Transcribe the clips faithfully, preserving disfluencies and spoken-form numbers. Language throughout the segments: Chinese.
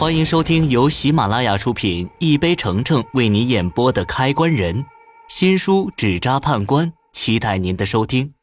欢迎收听由喜马拉雅出品，一杯橙橙为你演播的开关人新书《纸扎判官》，期待您的收听。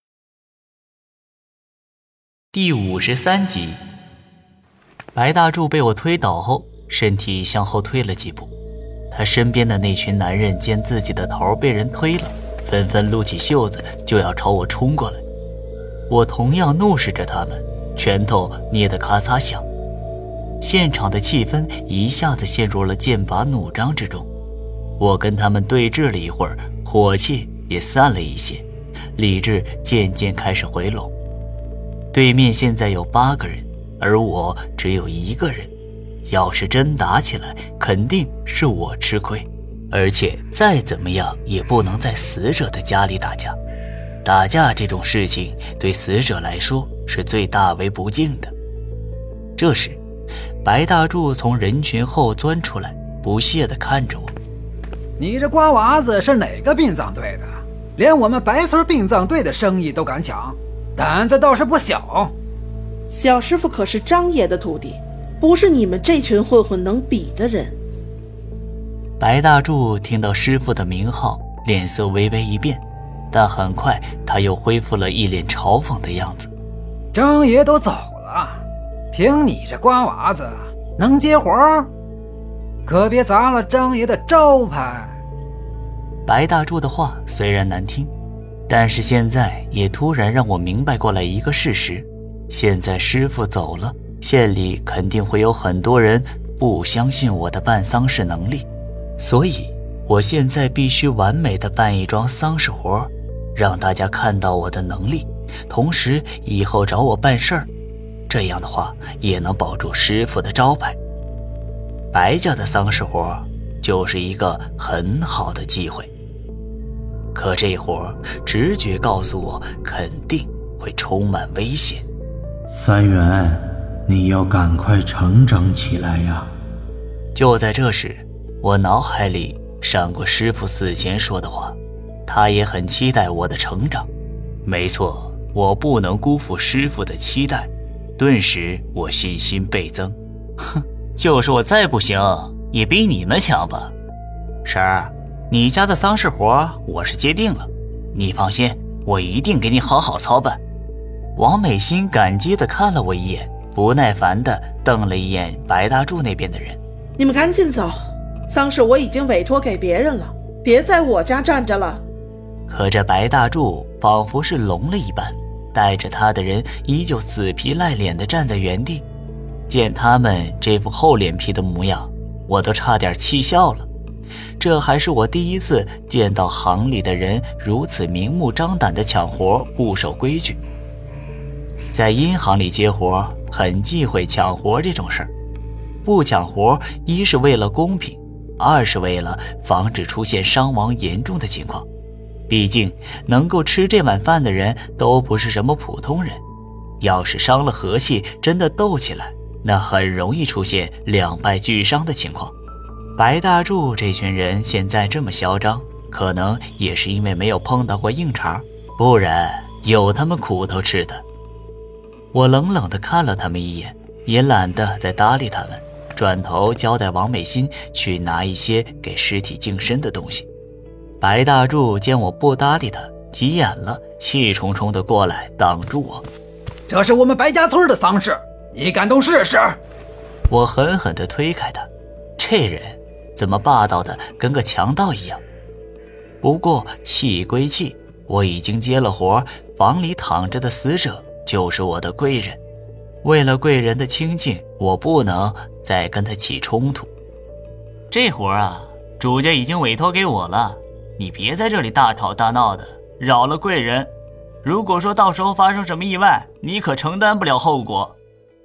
第五十三集，白大柱被我推倒后，身体向后退了几步。他身边的那群男人见自己的头被人推了，纷纷撸起袖子就要朝我冲过来。我同样怒视着他们，拳头捏得咔嚓响。现场的气氛一下子陷入了剑拔弩张之中。我跟他们对峙了一会儿，火气也散了一些，理智渐渐开始回笼。对面现在有八个人，而我只有一个人，要是真打起来，肯定是我吃亏，而且再怎么样也不能在死者的家里打架。打架这种事情对死者来说是最大为不敬的。这时白大柱从人群后钻出来，不屑地看着我。 你这瓜娃子是哪个殡葬队的？连我们白村殡葬队的生意都敢抢，胆子倒是不小。 小师傅可是张爷的徒弟，不是你们这群混混能比的人。 白大柱听到师傅的名号，脸色微微一变，但很快他又恢复了一脸嘲讽的样子。 张爷都走了，凭你这瓜娃子能接活？可别砸了张爷的招牌。 白大柱的话虽然难听，但是现在也突然让我明白过来一个事实，现在师父走了，县里肯定会有很多人不相信我的办丧事能力，所以我现在必须完美的办一桩丧事活，让大家看到我的能力，同时以后找我办事儿，这样的话也能保住师父的招牌。白家的丧事活就是一个很好的机会，可这活直觉告诉我肯定会充满危险。 三元，你要赶快成长起来呀！ 就在这时，我脑海里闪过师父死前说的话，他也很期待我的成长。没错，我不能辜负师父的期待。顿时我信心倍增。哼，就是我再不行也比你们强吧。婶儿，你家的丧事活我是接定了，你放心，我一定给你好好操办。王美心感激地看了我一眼，不耐烦地瞪了一眼白大柱那边的人。 你们赶紧走，丧事我已经委托给别人了，别在我家站着了。 可这白大柱仿佛是聋了一般，带着他的人依旧死皮赖脸地站在原地。见他们这副厚脸皮的模样，我都差点气笑了。这还是我第一次见到行里的人如此明目张胆地抢活，不守规矩。在银行里接活很忌讳抢活这种事儿，不抢活一是为了公平，二是为了防止出现伤亡严重的情况。毕竟能够吃这碗饭的人都不是什么普通人，要是伤了和气，真的斗起来，那很容易出现两败俱伤的情况。白大柱这群人现在这么嚣张，可能也是因为没有碰到过硬茬，不然有他们苦头吃的。我冷冷地看了他们一眼，也懒得再搭理他们，转头交代王美心去拿一些给尸体净身的东西。白大柱见我不搭理他，急眼了，气冲冲地过来挡住我。 这是我们白家村的丧事，你敢动试试？ 我狠狠地推开他，这人怎么霸道的跟个强盗一样。不过气归气，我已经接了活，房里躺着的死者就是我的贵人，为了贵人的清静，我不能再跟他起冲突。这活啊，主家已经委托给我了，你别在这里大吵大闹的，扰了贵人。如果说到时候发生什么意外，你可承担不了后果。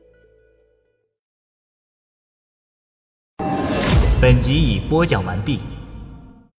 本集已播讲完毕。